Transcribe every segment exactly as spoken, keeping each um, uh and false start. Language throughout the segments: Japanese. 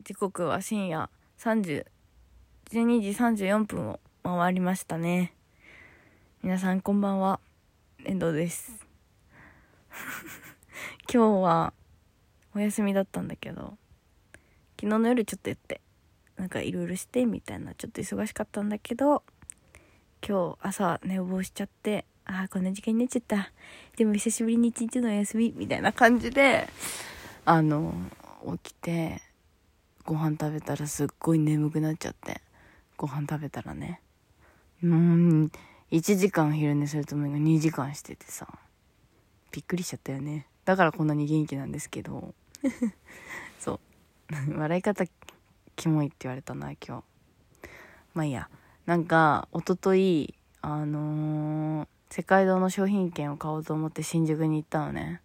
時刻は深夜さんじゅう、じゅうにじさんじゅうよんぷんを回りましたね。皆さんこんばんは、遠藤です今日はお休みだったんだけど、昨日の夜ちょっとやってなんかいろいろしてみたいな、ちょっと忙しかったんだけど、今日朝寝坊しちゃって、あーこんな時間になっちゃった、でも久しぶりに一日のお休みみたいな感じで、あの起きてご飯食べたらすっごい眠くなっちゃって、ご飯食べたらね、うーんいちじかん昼寝するともうにじかんしててさ、びっくりしちゃったよね。だからこんなに元気なんですけどそう笑い方キモいって言われたな今日。まあいいや。なんか一昨日あのー、世界堂の商品券を買おうと思って新宿に行ったのね。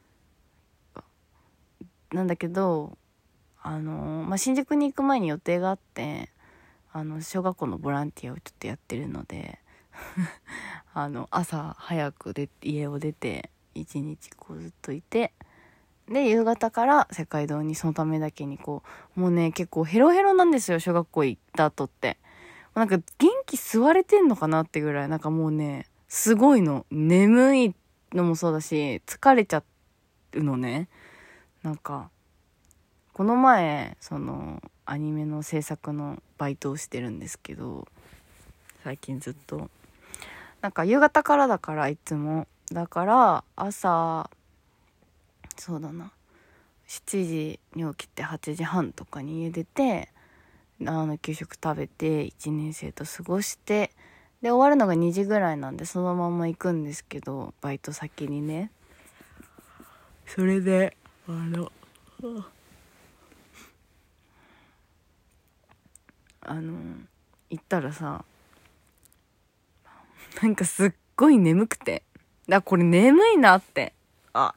なんだけどあのー、まあ新宿に行く前に予定があって、あの小学校のボランティアをちょっとやってるのであの朝早くで家を出て一日こうずっといて、で夕方から世界堂にそのためだけにこう、もうね結構ヘロヘロなんですよ、小学校行った後って。なんか元気吸われてんのかなってぐらい、なんかもうねすごいの、眠いのもそうだし疲れちゃうのね。なんかこの前そのアニメの制作のバイトをしてるんですけど、最近ずっとなんか夕方からだから、いつもだから朝そうだなしちじに起きてはちじはんとかに家出て、あの給食食べていちねん生と過ごして、で終わるのがにじぐらいなんでそのまま行くんですけど、バイト先にね。それであのあの行ったらさ、なんかすっごい眠くて、だこれ眠いなって、あ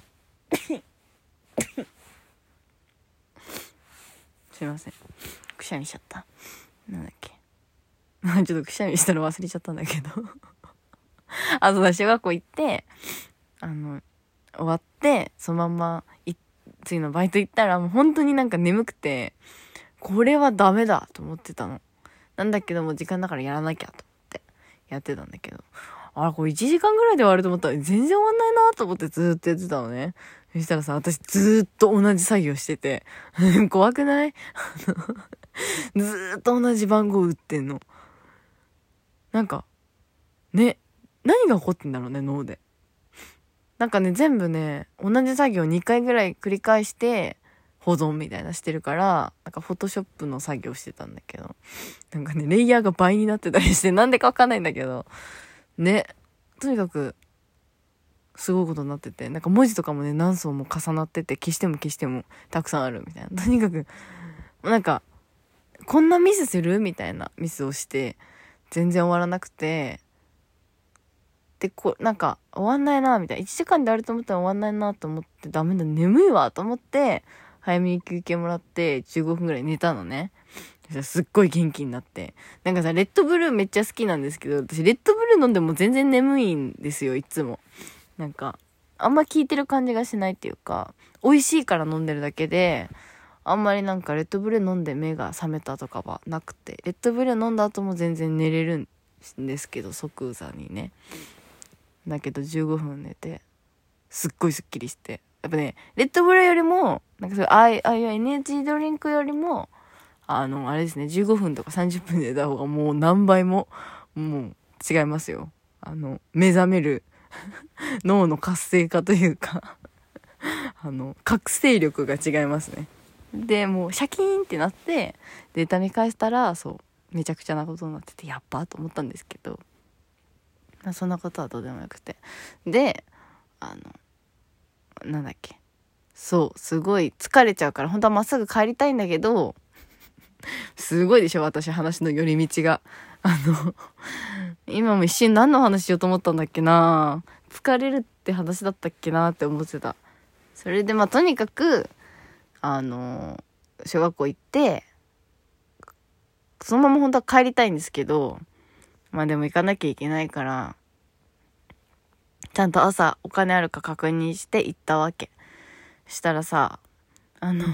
すいません、くしゃみしちゃった。なんだっけちょっとくしゃみしたら忘れちゃったんだけどあ、そうだ、小学校行ってあの終わってそのままい次のバイト行ったら、もう本当になんか眠くて、これはダメだと思ってたの。なんだけども時間だからやらなきゃと思ってやってたんだけど、あらこれいちじかんぐらいで終わると思ったら全然終わんないなと思ってずーっとやってたのね。そしたらさ、私ずーっと同じ作業してて怖くないずーっと同じ番号打ってんの。なんかね、何が起こってんだろうね、脳で。なんかね、全部ね同じ作業にかいぐらい繰り返して保存みたいなしてるから、なんかフォトショップの作業してたんだけど、なんかねレイヤーが倍になってたりして、なんでかわかんないんだけどね、とにかくすごいことになってて、なんか文字とかもね何層も重なってて、消しても消してもたくさんあるみたいな、とにかくなんかこんなミスするみたいなミスをして全然終わらなくて、でこなんか終わんないなみたいな、いちじかんであると思ったら終わんないなと思って、ダメだ眠いわと思って早めに休憩もらってじゅうごふんぐらい寝たのね。すっごい元気になって、なんかさレッドブルーめっちゃ好きなんですけど、私レッドブルー飲んでも全然眠いんですよ、いつも。なんかあんま効いてる感じがしないっていうか、美味しいから飲んでるだけで、あんまりなんかレッドブルー飲んで目が覚めたとかはなくて、レッドブルー飲んだ後も全然寝れるんですけど、即座にね。だけどじゅうごふん寝てすっごいスッキリして、やっぱねレッドブルよりもなんかそういうああいうエネルギードリンクよりもあのあれですね、じゅうごふんとかさんじゅっぷん寝た方がもう何倍ももう違いますよ。あの目覚める脳の活性化というかあの覚醒力が違いますね。でもうシャキーンってなってデータ見返したら、そうめちゃくちゃなことになってて、やっぱと思ったんですけど、まあ、そんなことはどうでもよくて、であのなんだっけ、そうすごい疲れちゃうから本当はまっすぐ帰りたいんだけど、すごいでしょ私話の寄り道が。あの今も一瞬何の話しようと思ったんだっけな、疲れるって話だったっけなって思ってた。それでまあとにかくあの小学校行ってそのまま本当は帰りたいんですけど、まあでも行かなきゃいけないからちゃんと朝お金あるか確認して行ったわけ。したらさ、あの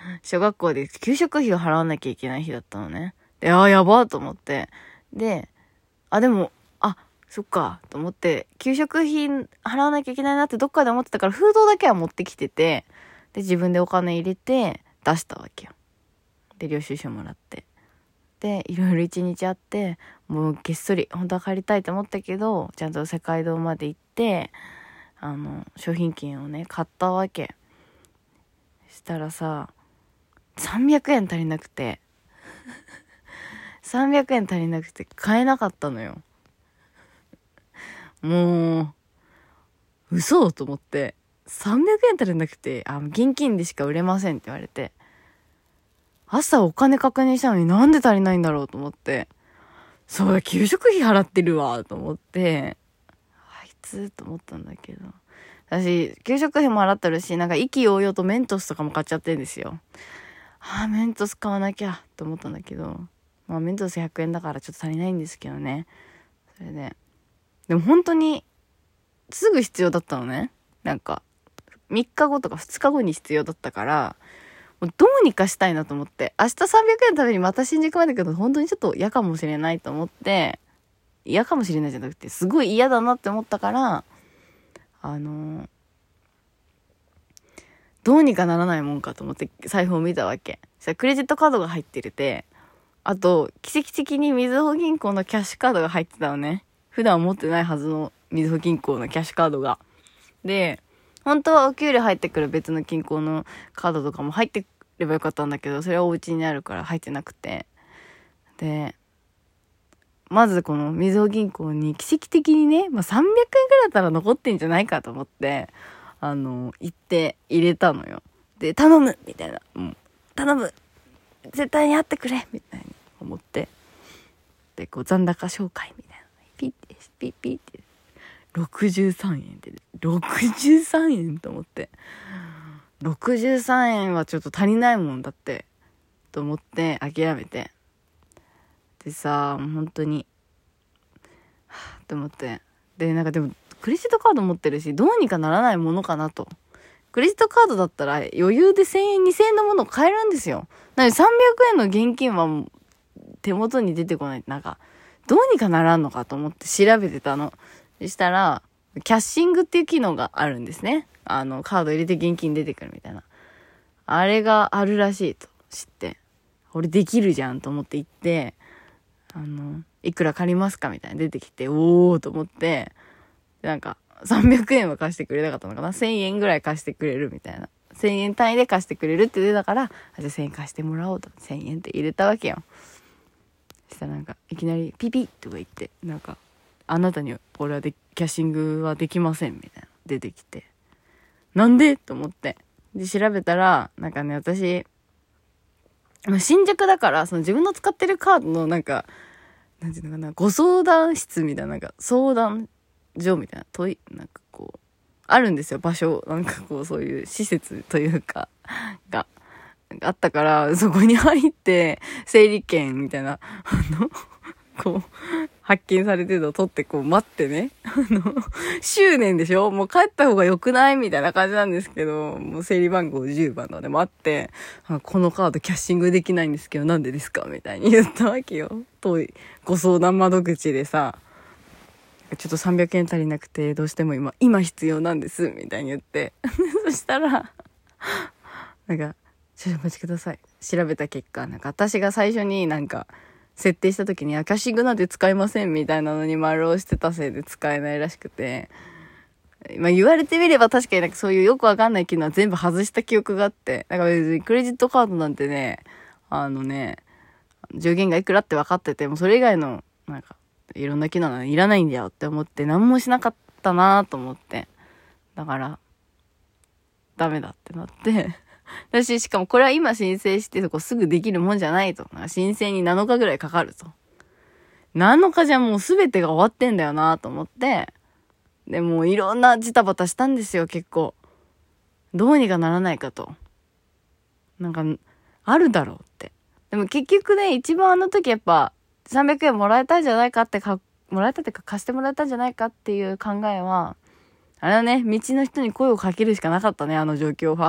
小学校で給食費を払わなきゃいけない日だったのね。で、ああ、やばーと思って。で、あ、でも、あ、そっか、と思って、給食費払わなきゃいけないなってどっかで思ってたから、封筒だけは持ってきてて、で、自分でお金入れて、出したわけよ。で、領収書もらって。で、いろいろ一日あって、もうげっそり、本当は帰りたいと思ったけど、ちゃんと世界堂まで行って、あの、商品券をね、買ったわけ。したらさ、さんびゃくえん足りなくて、さんびゃくえん足りなくて買えなかったのよ。もう、嘘と思って、さんびゃくえん足りなくて、あ、現金でしか売れませんって言われて、朝お金確認したのになんで足りないんだろうと思って、そうだ、給食費払ってるわと思って、あいつと思ったんだけど、私、給食費も払ってるし、なんか意気揚々とメントスとかも買っちゃってるんですよ。ああ、メントス買わなきゃと思ったんだけど、まあメントスひゃくえんだからちょっと足りないんですけどね。それで、でも本当にすぐ必要だったのね。なんかみっかごとかふつかごに必要だったから、もうどうにかしたいなと思って、明日さんびゃくえんのためにまた新宿まで行くの本当にちょっと嫌かもしれないと思って、嫌かもしれないじゃなくて、すごい嫌だなって思ったから、あのー、どうにかならないもんかと思って財布を見たわけ。そしたらクレジットカードが入ってるて、あと奇跡的にみずほ銀行のキャッシュカードが入ってたのね。普段持ってないはずのみずほ銀行のキャッシュカードが。で、本当はお給料入ってくる別の銀行のカードとかも入ってればよかったんだけど、それはお家にあるから入ってなくて。で、まずこのみずほ銀行に奇跡的にね、まあ、さんびゃくえんくえんくらいだったら残ってんじゃないかと思って、あの、行って入れたのよ。で、頼むみたいな。うん。頼む絶対に会ってくれみたいに思って。で、こう残高紹介みたいな。ピッて、ピッピッって。ろくじゅうさんえんで、ろくじゅうさんえんと思って。ろくじゅうさんえんはちょっと足りないもんだって。と思って諦めて。でさ、本当に。はぁと思って。で、なんかでも、クレジットカード持ってるし、どうにかならないものかなと。クレジットカードだったら余裕でせんえん、にせんえんのものを買えるんですよ。なのでさんびゃくえんの現金は手元に出てこない。なんか、どうにかならんのかと思って調べてたの。そしたら、キャッシングっていう機能があるんですね。あの、カード入れて現金出てくるみたいな。あれがあるらしいと知って、俺できるじゃんと思って行って、あの、いくら借りますかみたいな出てきて、おーと思って、なんか、さんびゃくえんは貸してくれなかったのかな ?せんえんぐらい貸してくれるみたいな。せんえん単位で貸してくれるって出たから、あ、じゃあせんえん貸してもらおうと。せんえんって入れたわけよ。そしたらなんか、いきなりピピッとか言って、なんか、あなたに俺はでキャッシングはできませんみたいな。出てきて。なんでと思って。で、調べたら、なんかね、私、新宿だから、その自分の使ってるカードのなんか、なんていうのかな、ご相談室みたいな、なんか相談所みたいな、問い、なんかこう、あるんですよ、場所。なんかこう、そういう施設というか、が、あったから、そこに入って、整理券みたいな、あの、こう、発見されてるのを取ってこう待ってね。あの、執念でしょもう帰った方が良くないみたいな感じなんですけど、もう整理番号じゅうばんなので待って、このカードキャッシングできないんですけどなんでですかみたいに言ったわけよ。遠いご相談窓口でさ、ちょっとさんびゃくえん足りなくてどうしても今、今必要なんです。みたいに言って。そしたら、なんか、ちょっとお待ちください。調べた結果、なんか私が最初になんか、設定した時に、あ、キャッシングなんて使えませんみたいなのに丸を押してたせいで使えないらしくて、まあ言われてみれば確かになんかそういうよくわかんない機能は全部外した記憶があって、だから別にクレジットカードなんてね、あのね、上限がいくらって分かってても、それ以外の、なんか、いろんな機能はいらないんだよって思って、何もしなかったなと思って。だから、ダメだってなって、私、しかもこれは今申請してそこすぐできるもんじゃないと。申請になのかぐらいかかると。なのかじゃもうすべてが終わってんだよなと思って、で、もういろんなジタバタしたんですよ、結構。どうにかならないかと。なんか、あるだろうって。でも結局ね、一番あの時やっぱ、さんびゃくえんもらえたんじゃないかってか、もらえたってか貸してもらえたんじゃないかっていう考えは、あれはね、道の人に声をかけるしかなかったね、あの状況は。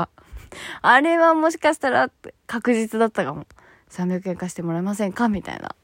あれはもしかしたら確実だったかも。さんびゃくえん貸してもらえませんかみたいな。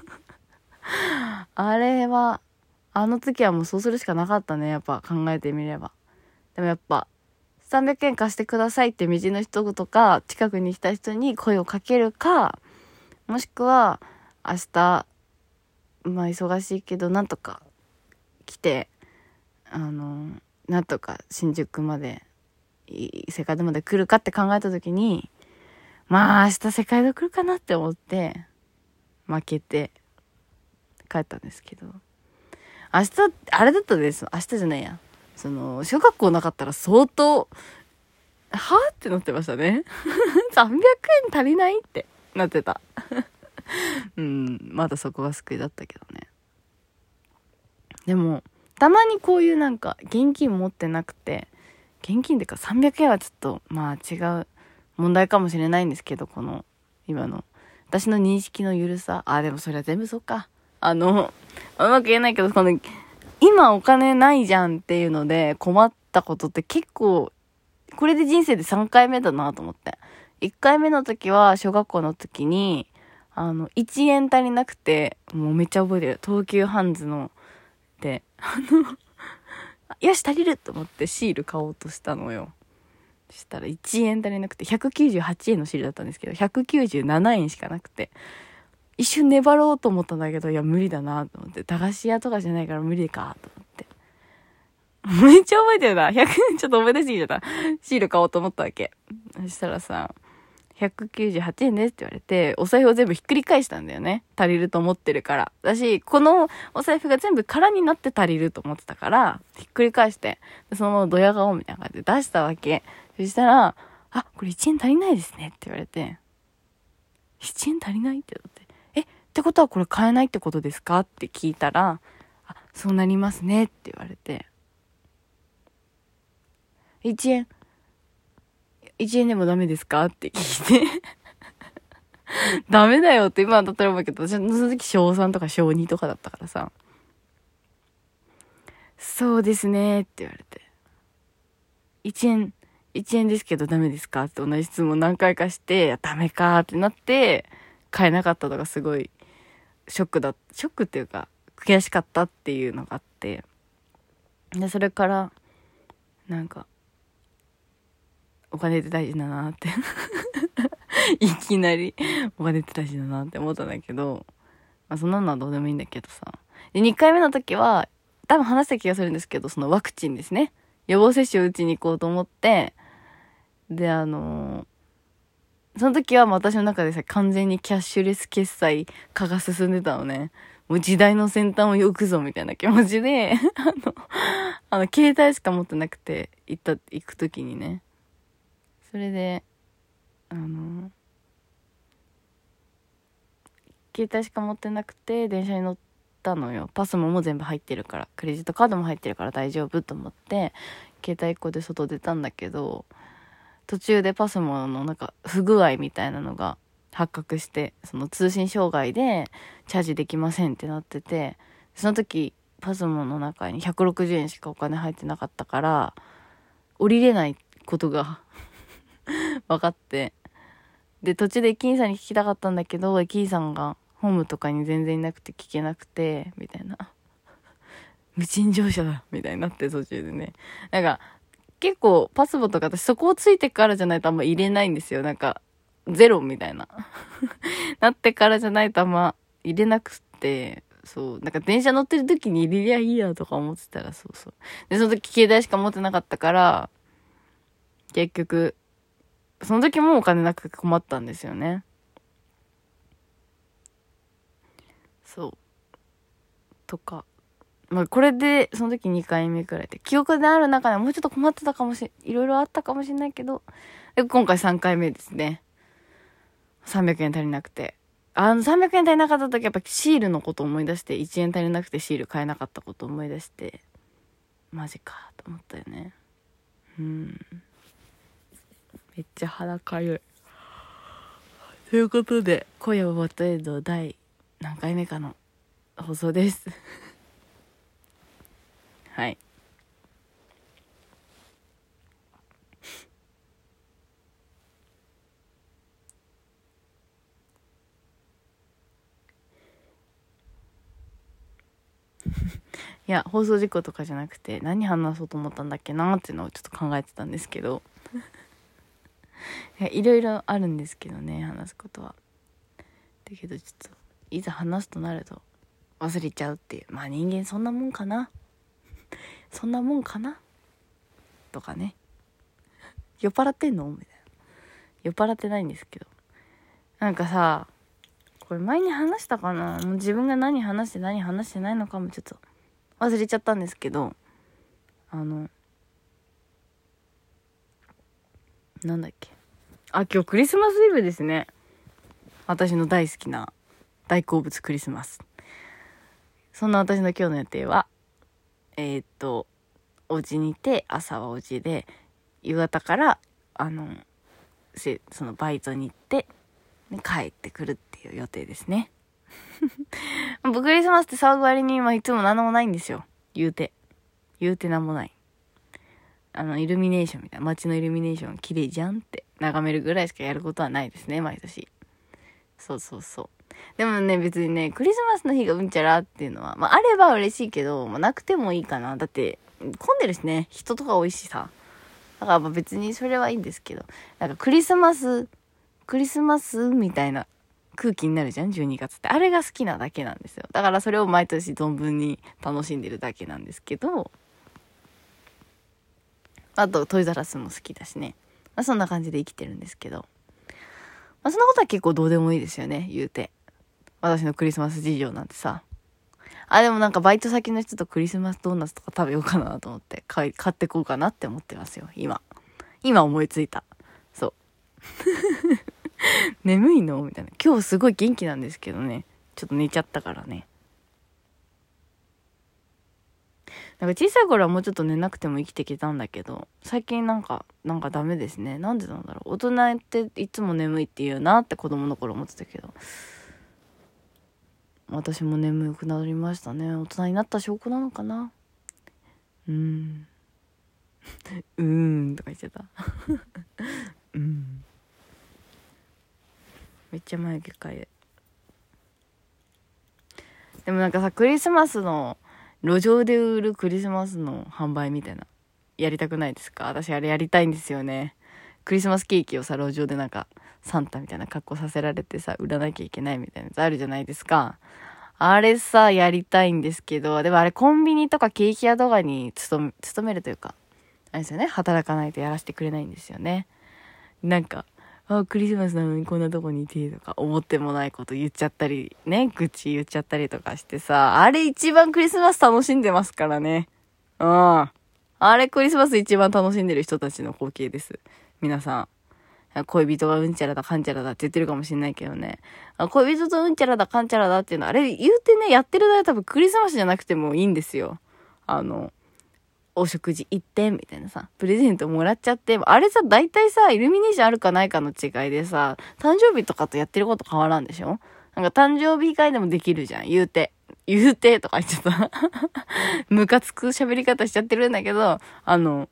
あれは、あの時はもうそうするしかなかったね。やっぱ考えてみれば。でもやっぱ、さんびゃくえん貸してくださいって道の人とか、近くに来た人に声をかけるか、もしくは、明日、まあ忙しいけど、なんとか来て、あの、なんとか新宿まで、世界堂まで来るかって考えた時に、まあ明日世界堂来るかなって思って、負けて、帰ったんですけど。明日、あれだったです。明日じゃないや。その、小学校なかったら相当、はぁってなってましたね。さんびゃくえん足りないってなってた。うん、まだそこが救いだったけどね。でも、たまにこういうなんか、現金持ってなくて、現金ってかさんびゃくえんはちょっと、まあ違う問題かもしれないんですけど、この、今の、私の認識の緩さ。あ、でもそれは全部そうか。あの、うまく言えないけど、この、今お金ないじゃんっていうので困ったことって結構、これで人生でさんかいめだなと思って。いっかいめの時は小学校の時に、あの、いちえん足りなくて、もうめっちゃ覚えてる。東急ハンズの、で、あの、よし足りると思ってシール買おうとしたのよ。そしたらいちえん足りなくて、ひゃくきゅうじゅうはちえんのシールだったんですけど、ひゃくきゅうじゅうななえんしかなくて、一瞬粘ろうと思ったんだけど、いや無理だなと思って、駄菓子屋とかじゃないから無理かと思って。めっちゃ覚えてるな。ひゃくえんちょっと思い出してきちゃった。シール買おうと思ったわけ。そしたらさ、ひゃくきゅうじゅうはちえんですって言われて、お財布を全部ひっくり返したんだよね。足りると思ってるから。だし、このお財布が全部空になって足りると思ってたから、ひっくり返して、そのままドヤ顔みたいな感じで出したわけ。そしたら、あ、これいちえん足りないですねって言われて、いちえん足りないって言って、え、ってことはこれ買えないってことですかって聞いたら、あ、そうなりますねって言われて、いちえん、いちえんでもダメですかって聞いてダメだよって今だったら思うけど、私その時小さんとか小にとかだったからさ、そうですねって言われて、いちえん、いちえんですけどダメですかって同じ質問何回かして、ダメかってなって、買えなかったのがすごいショックだ、ショックっていうか、悔しかったっていうのがあって、で、それから、なんか、お金って大事だなっていきなりお金って大事だなって思ったんだけど、まあそんなのはどうでもいいんだけどさ。で、にかいめの時は、多分話した気がするんですけど、そのワクチンですね。予防接種を打ちに行こうと思って、で、あのー、その時は私の中でさ、完全にキャッシュレス決済化が進んでたのね。もう時代の先端を行くぞみたいな気持ちで、あの、あの、携帯しか持ってなくて、行った、行く時にね。それで、あの、携帯しか持ってなくて電車に乗ったのよ。パスモも全部入ってるから、クレジットカードも入ってるから大丈夫と思って携帯いっこで外出たんだけど、途中でパスモのなんか不具合みたいなのが発覚して、その通信障害でチャージできませんってなってて、その時パスモの中にひゃくろくじゅうえんしかお金入ってなかったから降りれないことが分かって、で途中で駅員さんに聞きたかったんだけど、駅員さんがホームとかに全然いなくて聞けなくてみたいな無賃乗車だみたいになって、途中でね、なんか結構パスモとか私そこをついてからじゃないとあんま入れないんですよ。なんかゼロみたいななってからじゃないとあんま入れなくて、そう、なんか電車乗ってる時に入れりゃいいやとか思ってたら、そうそう。で、その時携帯しか持ってなかったから、結局、その時もお金なく困ったんですよね。そう。とか。まあこれで、その時にかいめくらいで、記憶である中でもうちょっと困ってたかもしれ、いろいろあったかもしれないけど、で今回さんかいめですね。さんびゃくえん足りなくて。あの、さんびゃくえん足りなかった時やっぱシールのことを思い出して、いちえん足りなくてシール買えなかったことを思い出して、マジかと思ったよね。うん。めっちゃ鼻かゆい。ということで、今夜はバッドエンド第何回目かの放送です。はい。 いや、放送事故とかじゃなくて、何話そうと思ったんだっけなーっていうのをちょっと考えてたんですけどいや、いろいろあるんですけどね、話すことは。だけどちょっといざ話すとなると忘れちゃうっていう、まあ人間そんなもんかなそんなもんかなとかね。酔っ払ってんのみたいな。酔っ払ってないんですけど、なんかさ、これ前に話したかな、もう自分が何話して何話してないのかもちょっと忘れちゃったんですけど、あのなんだっけ、あ、今日クリスマスイブですね。私の大好きな大好物クリスマス。そんな私の今日の予定はえー、っとお家にいて、朝はお家で、夕方からあのせそのバイトに行って、ね、帰ってくるっていう予定ですね僕クリスマスって騒ぐ割に今いつも何もないんですよ。言うて言うて何もない。あのイルミネーションみたいな、街のイルミネーション綺麗じゃんって眺めるぐらいしかやることはないですね、毎年。そうそうそう。でもね、別にね、クリスマスの日がうんちゃらっていうのは、まああれば嬉しいけど、まあなくてもいいかな。だって混んでるしね、人とか多いしさ。だからまあ別にそれはいいんですけど、なんかクリスマスクリスマスみたいな空気になるじゃん、じゅうにがつって。あれが好きなだけなんですよ。だからそれを毎年存分に楽しんでるだけなんですけど、あとトイザらスも好きだしね、まあ、そんな感じで生きてるんですけど、まあ、そのことは結構どうでもいいですよね、言うて。私のクリスマス事情なんてさ。あ、でもなんかバイト先の人とクリスマスドーナツとか食べようかなと思って買い買ってこうかなって思ってますよ、今今思いついた。そう眠いのみたいな。今日すごい元気なんですけどね、ちょっと寝ちゃったからね。なんか小さい頃はもうちょっと寝なくても生きてきたんだけど、最近なんかなんかダメですね。なんでなんだろう。大人っていつも眠いって言うなって子供の頃思ってたけど、私も眠くなりましたね。大人になった証拠なのかな。うーんうーんとか言っちゃったうんめっちゃ眉毛かゆい。でもなんかさ、クリスマスの路上で売るクリスマスの販売みたいなやりたくないですか？私あれやりたいんですよね。クリスマスケーキをさ、路上でなんかサンタみたいな格好させられてさ、売らなきゃいけないみたいなやつあるじゃないですか。あれさ、やりたいんですけど、でもあれコンビニとかケーキ屋とかに勤め、勤めるというか、あれですよね、働かないとやらせてくれないんですよね。なんか、あ、クリスマスなのにこんなとこにいてとか思ってもないこと言っちゃったりね、愚痴言っちゃったりとかしてさ、あれ一番クリスマス楽しんでますからね。うん。あれクリスマス一番楽しんでる人たちの光景です。皆さん。恋人がうんちゃらだかんちゃらだって言ってるかもしれないけどね。恋人とうんちゃらだかんちゃらだっていうのは、あれ言うてね、やってる間多分クリスマスじゃなくてもいいんですよ。あの、お食事行ってみたいなさ、プレゼントもらっちゃって、あれさ、大体さ、イルミネーションあるかないかの違いでさ、誕生日とかとやってること変わらんでしょ。なんか誕生日会でもできるじゃん、言うて言うてとか言っちゃったムカつく喋り方しちゃってるんだけど、あの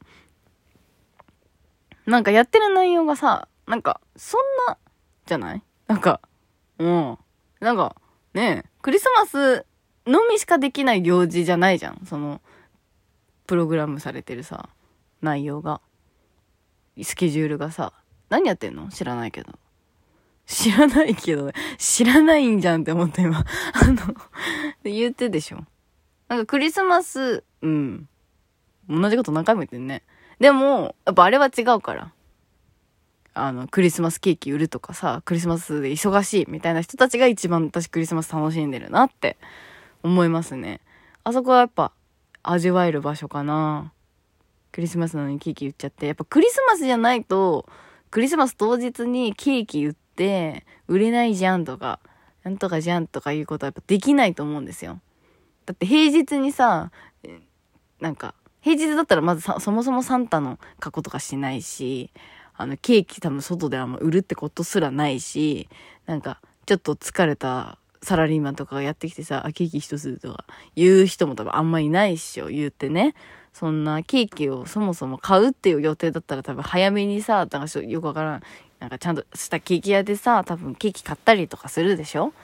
なんかやってる内容がさ、なんかそんなじゃない？なんかうんなんかねえ、クリスマスのみしかできない行事じゃないじゃん、そのプログラムされてるさ、内容が、スケジュールがさ。何やってんの？知らないけど。知らないけど、知らないんじゃんって思った今。あの、言ってでしょ。なんかクリスマス、うん。同じこと何回も言ってんね。でも、やっぱあれは違うから。あの、クリスマスケーキ売るとかさ、クリスマスで忙しいみたいな人たちが一番私クリスマス楽しんでるなって思いますね。あそこはやっぱ、味わえる場所かな。クリスマスなのにケーキ売っちゃって、やっぱクリスマスじゃないとクリスマス当日にケーキ売って売れないじゃんとかなんとかじゃんとかいうことはやっぱできないと思うんですよ。だって平日にさ、なんか平日だったらまずさ、そもそもサンタの格好とかしないし、あのケーキ多分外であんま売るってことすらないし、なんかちょっと疲れたサラリーマンとかがやってきてさ、あ、ケーキ一つとか言う人も多分あんまいないっしょ、言ってね。そんなケーキをそもそも買うっていう予定だったら多分早めにさ、なんかよくわからん、なんかちゃんとしたケーキ屋でさ、多分ケーキ買ったりとかするでしょ。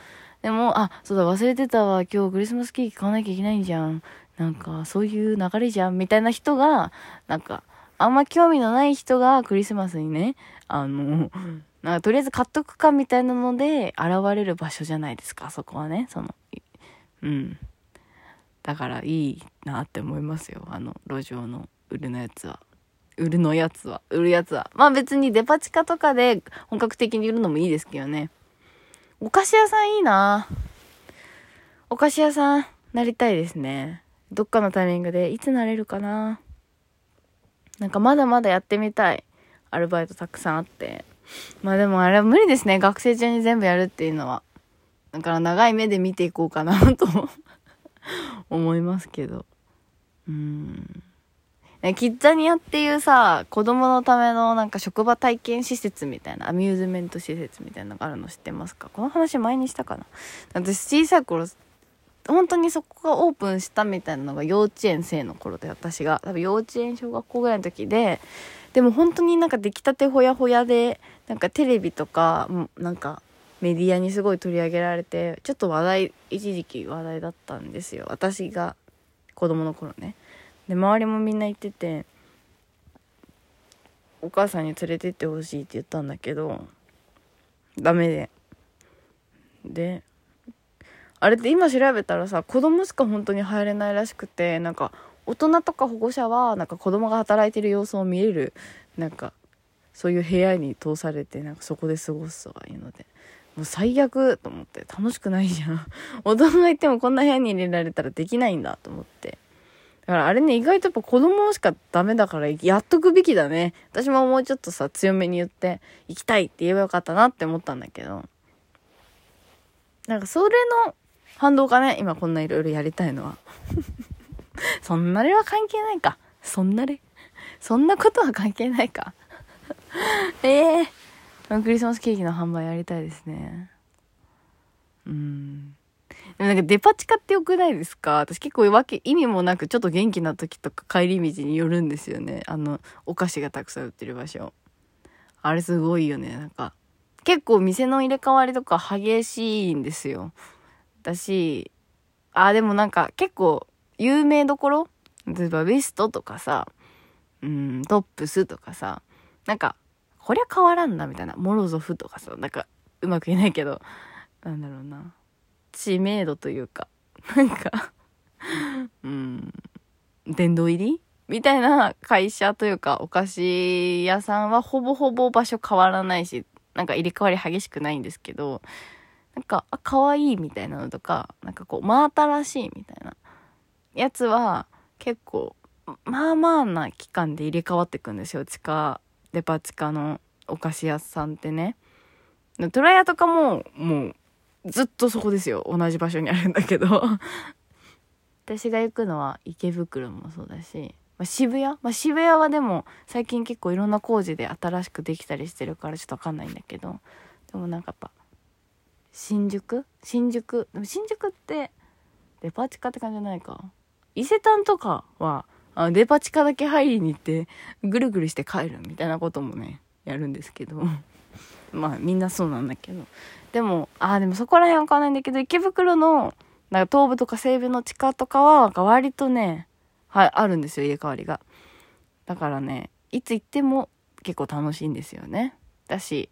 でも、あ、そうだ、忘れてたわ。今日クリスマスケーキ買わなきゃいけないんじゃん。なんか、そういう流れじゃん。みたいな人が、なんか、あんま興味のない人がクリスマスにね、あの、なんかとりあえず買っとくかみたいなので現れる場所じゃないですか、そこはね。その、うん。だからいいなって思いますよ。あの、路上の売るのやつは。売るのやつは。売るやつは。まあ別にデパ地下とかで本格的に売るのもいいですけどね。お菓子屋さんいいな。お菓子屋さんなりたいですね。どっかのタイミングでいつなれるかな。なんかまだまだやってみたいアルバイトたくさんあって。まあでもあれは無理ですね。学生中に全部やるっていうのは。だから長い目で見ていこうかなと思いますけど。うーん。キッザニアっていうさ、子供のためのなんか職場体験施設みたいな、アミューズメント施設みたいなのがあるの知ってますか？この話前にしたかな。私小さい頃、本当にそこがオープンしたみたいなのが幼稚園生の頃で、私が多分幼稚園小学校ぐらいの時で、でも本当になんか出来たてほやほやで、なんかテレビとかなんかメディアにすごい取り上げられて、ちょっと話題、一時期話題だったんですよ、私が子供の頃ね。で周りもみんな行ってて、お母さんに連れてってほしいって言ったんだけどダメで、であれって今調べたらさ、子供しか本当に入れないらしくて、なんか大人とか保護者はなんか子供が働いてる様子を見れる、なんかそういう部屋に通されて、なんかそこで過ごすとかいうので、もう最悪と思って、楽しくないじゃん大人がいてもこんな部屋に入れられたらできないんだと思って。だからあれね、意外とやっぱ子供しかダメだからやっとくべきだね。私ももうちょっとさ強めに言って行きたいって言えばよかったなって思ったんだけど、なんかそれの反動かね、今こんないろいろやりたいのはそんなれは関係ないか。そんなれそんなことは関係ないかええー、クリスマスケーキの販売やりたいですね。うーん。でもなんかデパ地下ってよくないですか？私結構わけ意味もなくちょっと元気な時とか帰り道に寄るんですよね。あのお菓子がたくさん売ってる場所。あれすごいよね。なんか結構店の入れ替わりとか激しいんですよ。だし、あでもなんか結構有名どころ、例えばベストとかさ、うん、トップスとかさ、なんかこりゃ変わらんなみたいな、モロゾフとかさ、なんかうまく言えないけど、なんだろうな、知名度というか、なんかうん殿堂入りみたいな会社というかお菓子屋さんはほぼほぼ場所変わらないし、なんか入れ替わり激しくないんですけど、なんかあ可愛いみたいなのとか、なんかこう真新しいみたいなやつは結構まあまあな期間で入れ替わってくんですよ。地下デパ地下のお菓子屋さんってね。トラヤとかももうずっとそこですよ。同じ場所にあるんだけど私が行くのは池袋もそうだし、まあ、渋谷、まあ、渋谷はでも最近結構いろんな工事で新しくできたりしてるからちょっとわかんないんだけど、でもなんかやっぱ新宿新宿でも新宿ってデパ地下って感じじゃないか。伊勢丹とかはあデパ地下だけ入りに行ってぐるぐるして帰るみたいなこともねやるんですけどまあみんなそうなんだけど、でもあでもそこら辺はわかんないんだけど、池袋のなんか東部とか西部の地下とかは割とね、はい、あるんですよ、入れ替わりが。だからね、いつ行っても結構楽しいんですよね。だし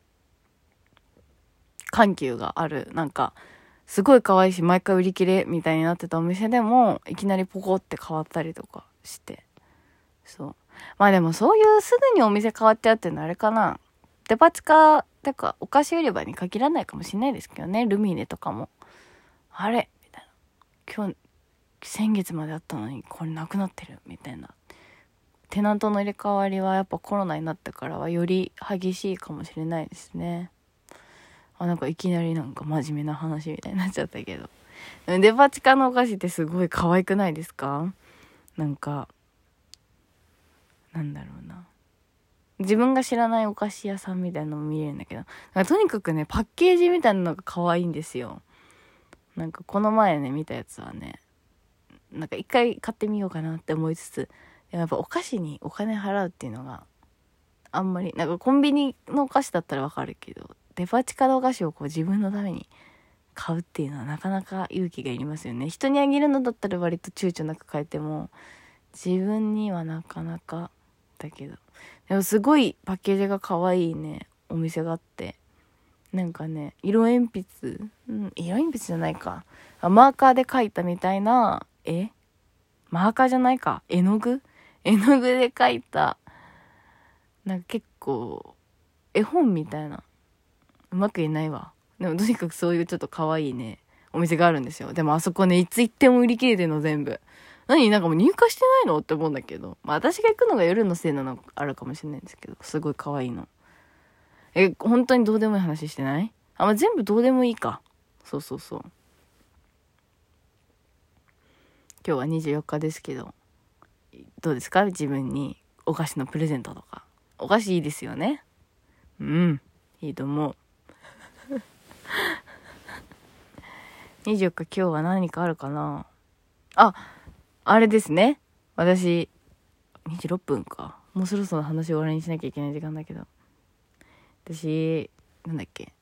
緩急がある、なんかすごい可愛いし毎回売り切れみたいになってたお店でもいきなりポコって変わったりとかして、そうまあでもそういうすぐにお店変わっちゃうっていうのはあれかな、デパ地下ってかお菓子売り場に限らないかもしれないですけどね。ルミネとかもあれみたいな、今日先月まであったのにこれなくなってるみたいな。テナントの入れ替わりはやっぱコロナになってからはより激しいかもしれないですね。あなんかいきなりなんか真面目な話みたいになっちゃったけど、デパ地下のお菓子ってすごい可愛くないですか？なんかなんだろうな、自分が知らないお菓子屋さんみたいなのも見れるんだけど、なんかとにかくねパッケージみたいなのが可愛いんですよ。なんかこの前ね見たやつはね、なんか一回買ってみようかなって思いつつ、でもやっぱお菓子にお金払うっていうのがあんまり、なんかコンビニのお菓子だったらわかるけど、デパ地下のお菓子をこう自分のために買うっていうのはなかなか勇気がいりますよね。人にあげるのだったら割と躊躇なく買えても、自分にはなかなかだけど、でもすごいパッケージが可愛いねお店があって、なんかね色鉛筆、うん、色鉛筆じゃないか、マーカーで描いたみたいな絵、マーカーじゃないか、絵の具絵の具で描いた、なんか結構絵本みたいな、うまく言えないわ。でもとにかくそういうちょっと可愛いねお店があるんですよ。でもあそこねいつ行っても売り切れてるの全部。何なんかもう入荷してないのって思うんだけど、まあ私が行くのが夜のせいなのあるかもしれないんですけど、すごい可愛いの。え本当にどうでもいい話してない？あ、まあ、全部どうでもいいか。そうそうそう。今日はにじゅうよっかですけど、どうですか？自分にお菓子のプレゼントとか。お菓子いいですよね。うん、いいと思う。にじゅうよっか今日は何かあるかな。あ、あれですね。私、にじゅうろっぷんか。もうそろそろ話終わりにしなきゃいけない時間だけど。私、なんだっけ。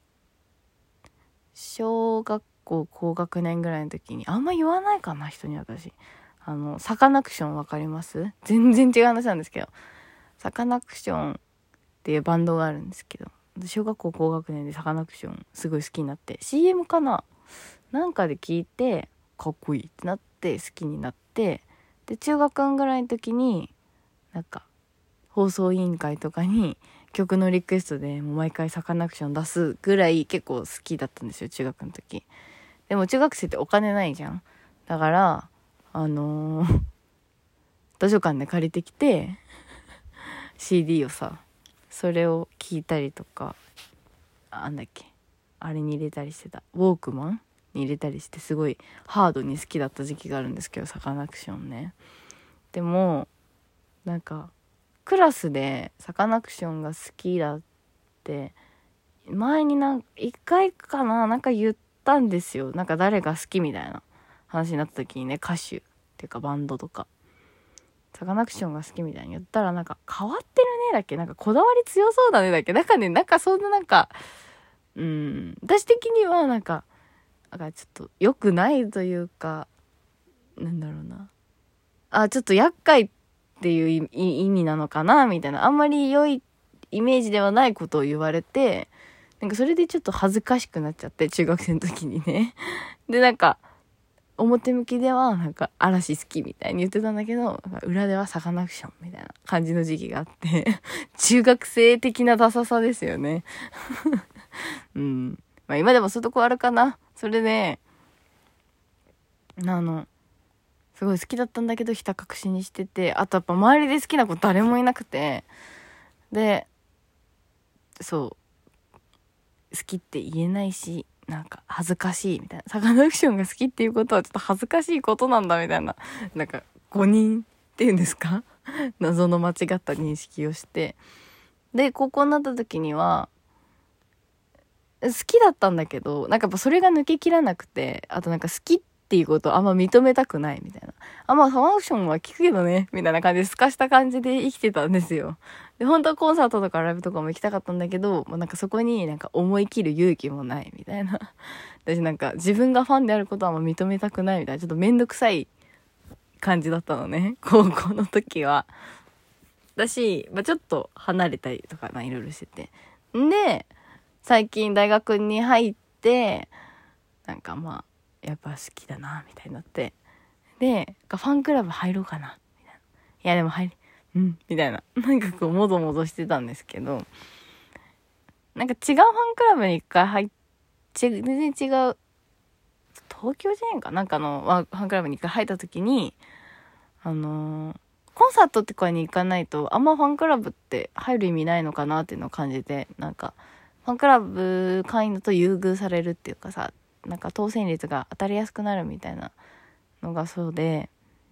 小学校高学年ぐらいの時に、あんま言わないかな、人に私。あの、サカナクションわかります？全然違う話なんですけど。サカナクションっていうバンドがあるんですけど、小学校高学年でサカナクションすごい好きになって、シーエム かななんかで聞いてかっこいいってなって好きになって、で中学ぐらいの時になんか放送委員会とかに曲のリクエストでもう毎回サカナクション出すぐらい結構好きだったんですよ、中学の時。でも中学生ってお金ないじゃん。だからあのー、図書館で借りてきてシーディー をさ、それを聞いたりとか、あんだっけあれに入れたりしてた、ウォークマンに入れたりして、すごいハードに好きだった時期があるんですけど、サカナクションね。でもなんかクラスでサカナクションが好きだって前になんか一回かななんか言ったんですよ。なんか誰が好きみたいな話になった時にね、歌手っていうかバンドとかサカナクションが好きみたいに言ったら、なんか変わってるねだっけ、なんかこだわり強そうだねだっけ、なんかね、なんかそんななんかうーん私的にはなんかなんかちょっと良くないというか、なんだろうな、あちょっと厄介っていう意味なのかなみたいな、あんまり良いイメージではないことを言われて、なんかそれでちょっと恥ずかしくなっちゃって、中学生の時にね。でなんか表向きではなんか嵐好きみたいに言ってたんだけど、裏ではサカナクションみたいな感じの時期があって中学生的なダサさですよねうん、まあ今でもそういうとこあるかな。それであのすごい好きだったんだけどひた隠しにしてて、あとやっぱ周りで好きな子誰もいなくて、でそう好きって言えないし、なんか恥ずかしいみたいな、サカナクションが好きっていうことはちょっと恥ずかしいことなんだみたいな、なんか誤認っていうんですか謎の間違った認識をして、で高校になった時には好きだったんだけど、なんかやっぱそれが抜けきらなくて、あとなんか好きっていうことをあんま認めたくないみたいな、あんまサカナクションは聞くけどねみたいな感じですかした感じで生きてたんですよ。で本当はコンサートとかライブとかも行きたかったんだけど、もうなんかそこになんか思い切る勇気もないみたいな私なんか自分がファンであることはあんま認めたくないみたいな、ちょっとめんどくさい感じだったのね、高校の時は。だし、まあ、ちょっと離れたりとかまあいろいろしてて、んで最近大学に入ってなんかまあやっぱ好きだなみたいになって、でファンクラブ入ろうかなみたいな、いやでも入りうんみたいな、なんかこうもぞもぞしてたんですけど、なんか違うファンクラブに一回入っ全然違う東京じゃないかなんかのファンクラブに一回入った時に、あのー、コンサートとかに行かないとあんまファンクラブって入る意味ないのかなっていうのを感じて、なんかファンクラブ会員だと優遇されるっていうかさ、なんか当選率が当たりやすくなるみたいなのがそうで、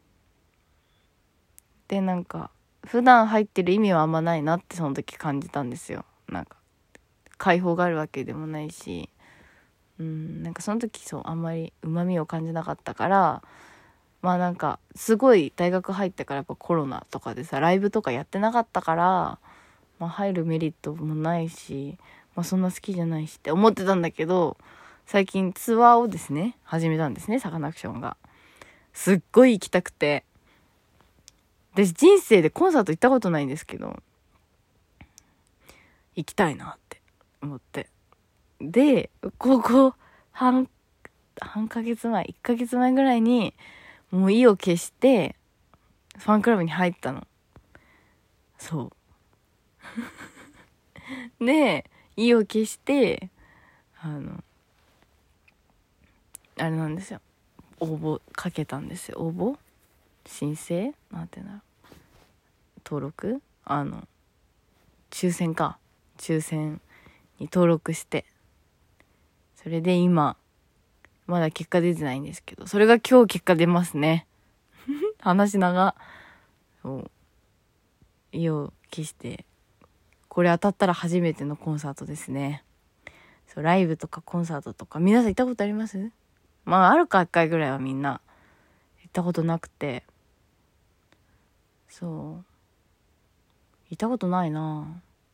でなんか普段入ってる意味はあんまないなってその時感じたんですよ。なんか解放があるわけでもないし、うんなんかその時そうあんまり旨味を感じなかったから、まあなんかすごい大学入ってからやっぱコロナとかでさライブとかやってなかったから、まあ、入るメリットもないし、まあ、そんな好きじゃないしって思ってたんだけど、 最近ツアーをですね始めたんですね、サカナクションが。すっごい行きたくて、私人生でコンサート行ったことないんですけど、行きたいなって思って、でここ半半ヶ月前いっかげつまえぐらいにもう意を決してファンクラブに入ったの。そうで意を決してあのあれなんですよ、応募かけたんですよ。応募申請なんていうんだろう、登録あの抽選か抽選に登録して、それで今まだ結果出てないんですけど、それが今日結果出ますね話長。そう意を決してこれ当たったら初めてのコンサートですね。そうライブとかコンサートとか皆さん行ったことあります？まああるかいっかいぐらいはみんな行ったことなくて、そう行ったことないな。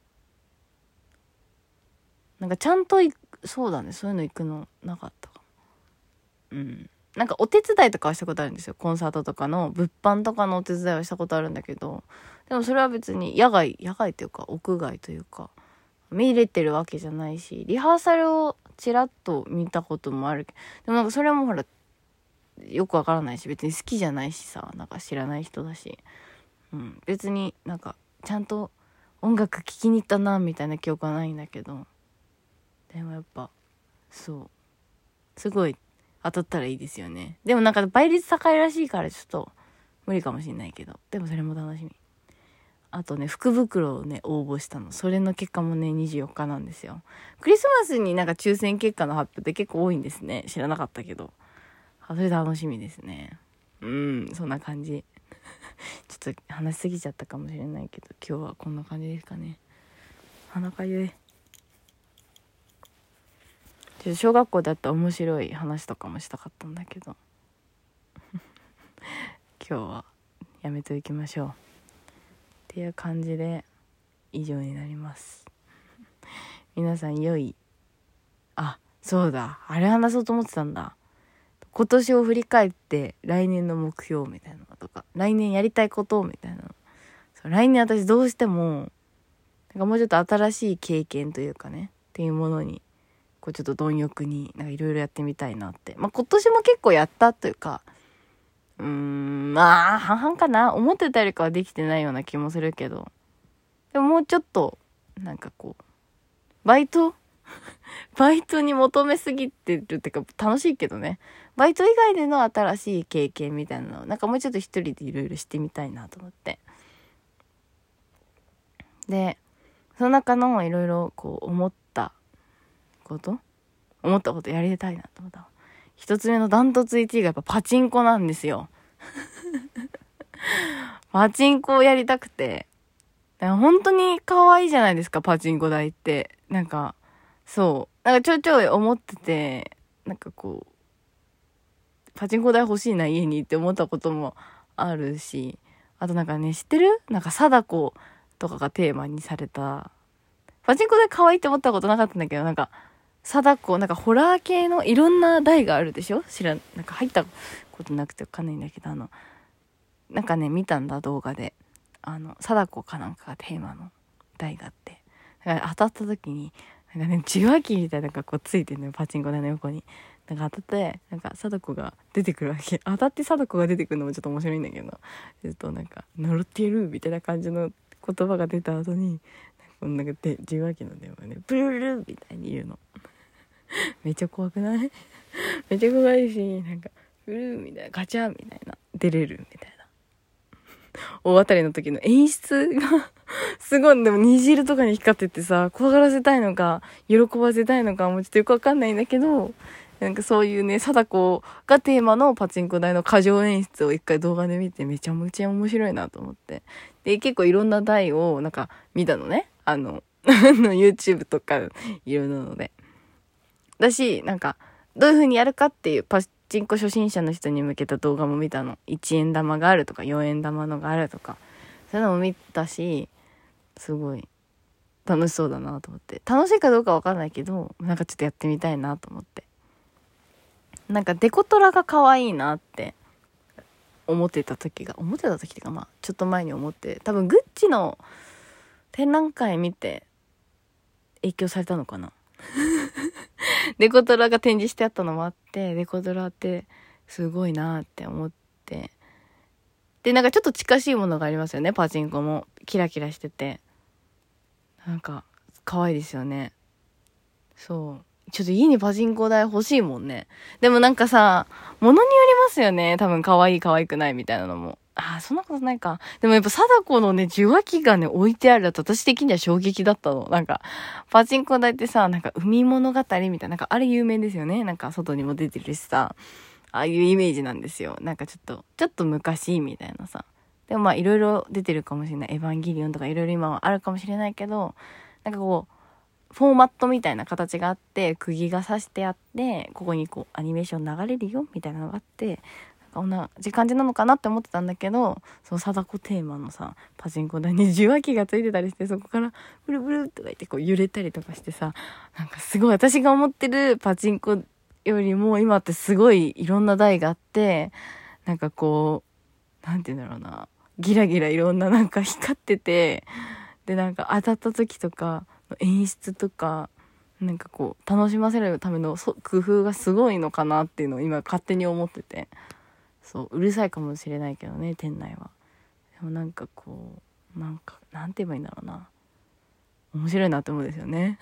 なんかちゃんと行く、そうだね、そういうの行くのなかったかも。うんなんかお手伝いとかはしたことあるんですよ。コンサートとかの物販とかのお手伝いはしたことあるんだけど、でもそれは別に野外野外というか屋外というか見れてるわけじゃないし、リハーサルをちらっと見たこともあるけど、でもなんかそれもほらよくわからないし、別に好きじゃないしさ、なんか知らない人だし、うん、別になんかちゃんと音楽聴きに行ったなみたいな記憶はないんだけど、でもやっぱそうすごい当たったらいいですよね。でもなんか倍率高いらしいからちょっと無理かもしれないけど、でもそれも楽しみ。あとね福袋をね応募したの、それの結果もねにじゅうよっかなんですよ。クリスマスになんか抽選結果の発表って結構多いんですね。知らなかったけど、あそれ楽しみですね。うんそんな感じちょっと話しすぎちゃったかもしれないけど、今日はこんな感じですかね。鼻かゆい。ちょっと小学校だったら面白い話とかもしたかったんだけど今日はやめておきましょうっていう感じで以上になります。皆さん良い、あそうだあれ話そうと思ってたんだ。今年を振り返って来年の目標みたいなのとか、来年やりたいことみたいなの、そう来年私どうしてもなんかもうちょっと新しい経験というかねっていうものにこうちょっと貪欲になんかいろいろやってみたいなって、まあ今年も結構やったというか、うーんまあ半々かな、思ってたよりかはできてないような気もするけど、でももうちょっとなんかこうバイトバイトに求めすぎてるってか楽しいけどね、バイト以外での新しい経験みたいなのをなんかもうちょっと一人でいろいろしてみたいなと思って、でその中のいろいろこう思ったこと思ったことやりたいなと思った。一つ目のダントツいちいがやっぱパチンコなんですよパチンコをやりたくて、本当に可愛いじゃないですかパチンコ台って。なんかそうなんかちょいちょい思ってて、なんかこうパチンコ台欲しいな家にって思ったこともあるし、あとなんかね知ってるなんか貞子とかがテーマにされたパチンコ台可愛いって思ったことなかったんだけど、なんか貞子なんかホラー系のいろんな台があるでしょ、知らんなんか入ったことなくてわかんないんだけど、あのなんかね見たんだ動画で、あの貞子かなんかがテーマの台があって、だから当たった時になんかね受話器みたいなのがこうついてるのよパチンコ台の横に。なんか当たってなんか貞子が出てくるわけ、当たって貞子が出てくるのもちょっと面白いんだけど、ちょっとなんか呪ってやるみたいな感じの言葉が出た後になんかで受話器の電話がねブルルルみたいに言うのめっちゃ怖くないめっちゃ怖いし、なんかブルーみたいなガチャみたいな出れるみたいな大当たりの時の演出がすごい。でも虹色とかに光っててさ、怖がらせたいのか喜ばせたいのかもうちょっとよくわかんないんだけど、なんかそういうね貞子がテーマのパチンコ台の過剰演出を一回動画で見てめちゃめちゃ面白いなと思って、で結構いろんな台をなんか見たのね、あのYouTube とかいろんなのでだし、なんかどういう風にやるかっていうパチンコ初心者の人に向けた動画も見たの。いちえん玉があるとかよえん玉のがあるとかそういうのも見たし、すごい楽しそうだなと思って、楽しいかどうかわかんないけどなんかちょっとやってみたいなと思って、 なんかデコトラが可愛いなって思ってた時が、思ってた時っていうかまあちょっと前に思って、多分グッチの展覧会見て影響されたのかなデコトラが展示してあったのもあって、デコトラってすごいなって思って、でなんかちょっと近しいものがありますよね。パチンコもキラキラしててなんか可愛いですよね。そうちょっと家にパチンコ台欲しいもんね。でもなんかさ、物によりますよね。多分可愛い可愛くないみたいなのも。ああ、そんなことないか。でもやっぱ貞子のね、受話器がね、置いてあると私的には衝撃だったの。なんか、パチンコ台ってさ、なんか海物語みたいな、なんかあれ有名ですよね。なんか外にも出てるしさ、ああいうイメージなんですよ。なんかちょっと、ちょっと昔みたいなさ。でもまあいろいろ出てるかもしれない。エヴァンゲリオンとかいろいろ今はあるかもしれないけど、なんかこう、フォーマットみたいな形があって、釘が刺してあって、ここにこうアニメーション流れるよみたいなのがあって、こんな時間じなのかなって思ってたんだけど、その貞子テーマのさ、パチンコ台に受話器がついてたりして、そこからブルブルとか言ってこう揺れたりとかしてさ、なんかすごい私が思ってるパチンコよりも今ってすごいいろんな台があって、なんかこう、なんて言うんだろうな、ギラギラいろんななんか光ってて、でなんか当たった時とか、演出とかなんかこう楽しませるための工夫がすごいのかなっていうのを今勝手に思ってて、そううるさいかもしれないけどね店内は。でもなんかこうなんかなんて言えばいいんだろうな、面白いなって思うんですよね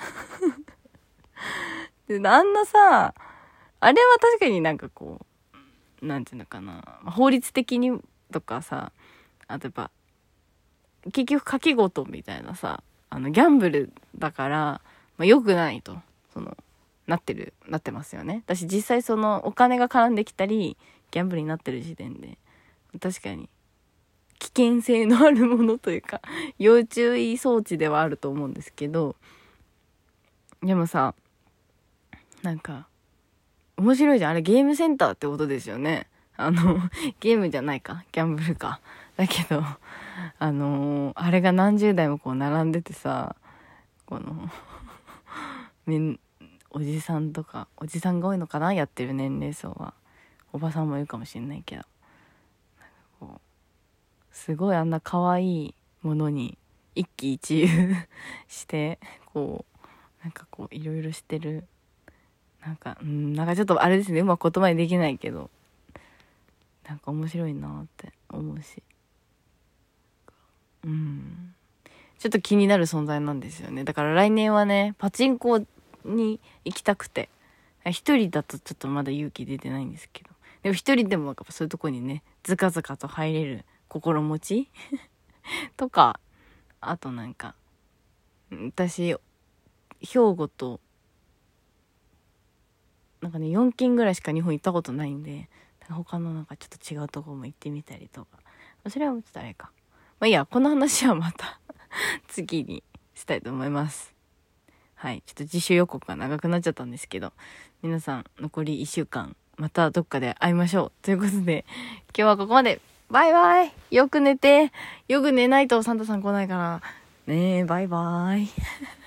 であんなさ、あれは確かになんかこうなんていうのかな、法律的にとかさ、あとやっぱ結局賭け事みたいなさ、あのギャンブルだから、まあ、良くないとそのなってるなってますよね。私実際そのお金が絡んできたりギャンブルになってる時点で確かに危険性のあるものというか要注意装置ではあると思うんですけど、でもさなんか面白いじゃん。あれゲームセンターってことですよね。あのゲームじゃないか、ギャンブルか。だけどあのー、あれが何十台もこう並んでてさ、このめんおじさんとかおじさんが多いのかな、やってる年齢層は。おばさんもいるかもしれないけど、なんかこうすごいあんな可愛いものに一喜一憂してこうなんかこういろいろしてる、なんかうんなんかちょっとあれですね、うまく言葉にできないけどなんか面白いなって思うし、うんちょっと気になる存在なんですよね。だから来年はねパチンコに行きたくて、一人だとちょっとまだ勇気出てないんですけど、でも一人でもなんかそういうとこにねズカズカと入れる心持ちとか、あとなんか私兵庫となんかねよんけんぐらいしか日本行ったことないんで、他のなんかちょっと違うところも行ってみたりとか、それはちょっとあれか、まあいいや、この話はまた次にしたいと思います。はい、ちょっと自主予告が長くなっちゃったんですけど、皆さん残りいっしゅうかんまたどっかで会いましょうということで、今日はここまで。バイバイ。よく寝て。よく寝ないとサンタさん来ないからねえ、バイバイ。